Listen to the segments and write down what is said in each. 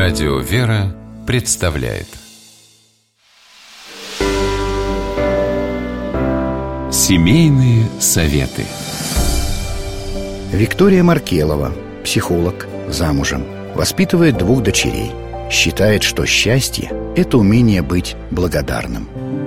Радио «Вера» представляет Семейные советы. Виктория Маркелова, психолог, замужем, воспитывает 2 дочерей. Считает, что счастье – это умение быть благодарным.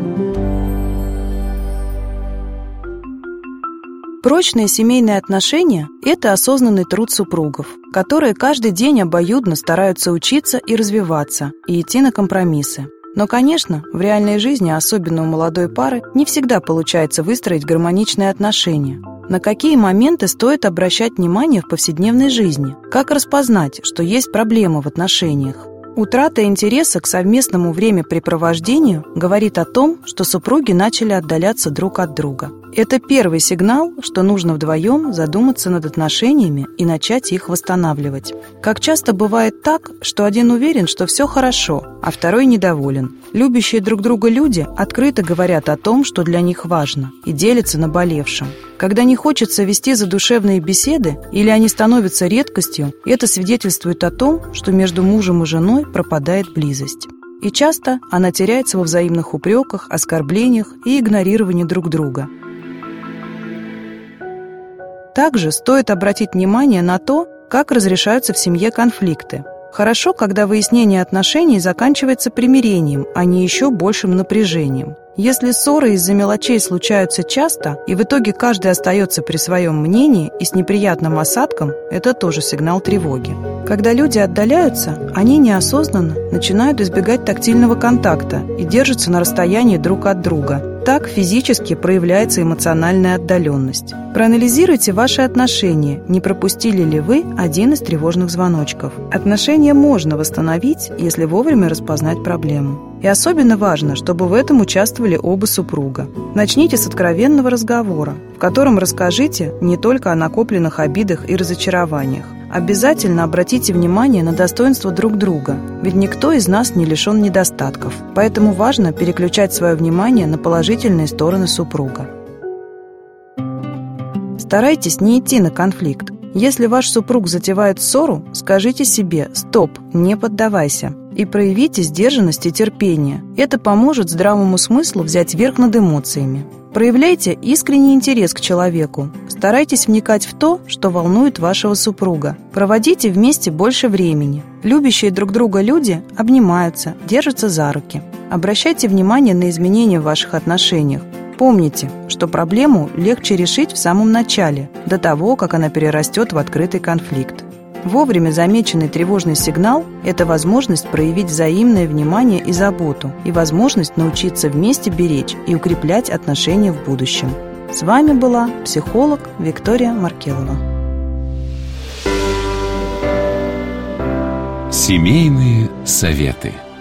Прочные семейные отношения – это осознанный труд супругов, которые каждый день обоюдно стараются учиться и развиваться, и идти на компромиссы. Но, конечно, в реальной жизни, особенно у молодой пары, не всегда получается выстроить гармоничные отношения. На какие моменты стоит обращать внимание в повседневной жизни? Как распознать, что есть проблемы в отношениях? Утрата интереса к совместному времяпрепровождению говорит о том, что супруги начали отдаляться друг от друга. Это первый сигнал, что нужно вдвоем задуматься над отношениями и начать их восстанавливать. Как часто бывает так, что один уверен, что все хорошо, а второй недоволен. Любящие друг друга люди открыто говорят о том, что для них важно, и делятся наболевшим. Когда не хочется вести задушевные беседы или они становятся редкостью, это свидетельствует о том, что между мужем и женой пропадает близость. И часто она теряется во взаимных упреках, оскорблениях и игнорировании друг друга. Также стоит обратить внимание на то, как разрешаются в семье конфликты. Хорошо, когда выяснение отношений заканчивается примирением, а не еще большим напряжением. Если ссоры из-за мелочей случаются часто, и в итоге каждый остается при своем мнении и с неприятным осадком, это тоже сигнал тревоги. Когда люди отдаляются, они неосознанно начинают избегать тактильного контакта и держатся на расстоянии друг от друга. Так физически проявляется эмоциональная отдаленность. Проанализируйте ваши отношения, не пропустили ли вы один из тревожных звоночков. Отношения можно восстановить, если вовремя распознать проблему. И особенно важно, чтобы в этом участвовали оба супруга. Начните с откровенного разговора, в котором расскажите не только о накопленных обидах и разочарованиях. Обязательно обратите внимание на достоинства друг друга, ведь никто из нас не лишен недостатков. Поэтому важно переключать свое внимание на положительные стороны супруга. Старайтесь не идти на конфликт. Если ваш супруг затевает ссору, скажите себе «стоп, не поддавайся» и проявите сдержанность и терпение. Это поможет здравому смыслу взять верх над эмоциями. Проявляйте искренний интерес к человеку. Старайтесь вникать в то, что волнует вашего супруга. Проводите вместе больше времени. Любящие друг друга люди обнимаются, держатся за руки. Обращайте внимание на изменения в ваших отношениях. Помните, что проблему легче решить в самом начале, до того, как она перерастет в открытый конфликт. Вовремя замеченный тревожный сигнал – это возможность проявить взаимное внимание и заботу, и возможность научиться вместе беречь и укреплять отношения в будущем. С вами была психолог Виктория Маркелова. Семейные советы.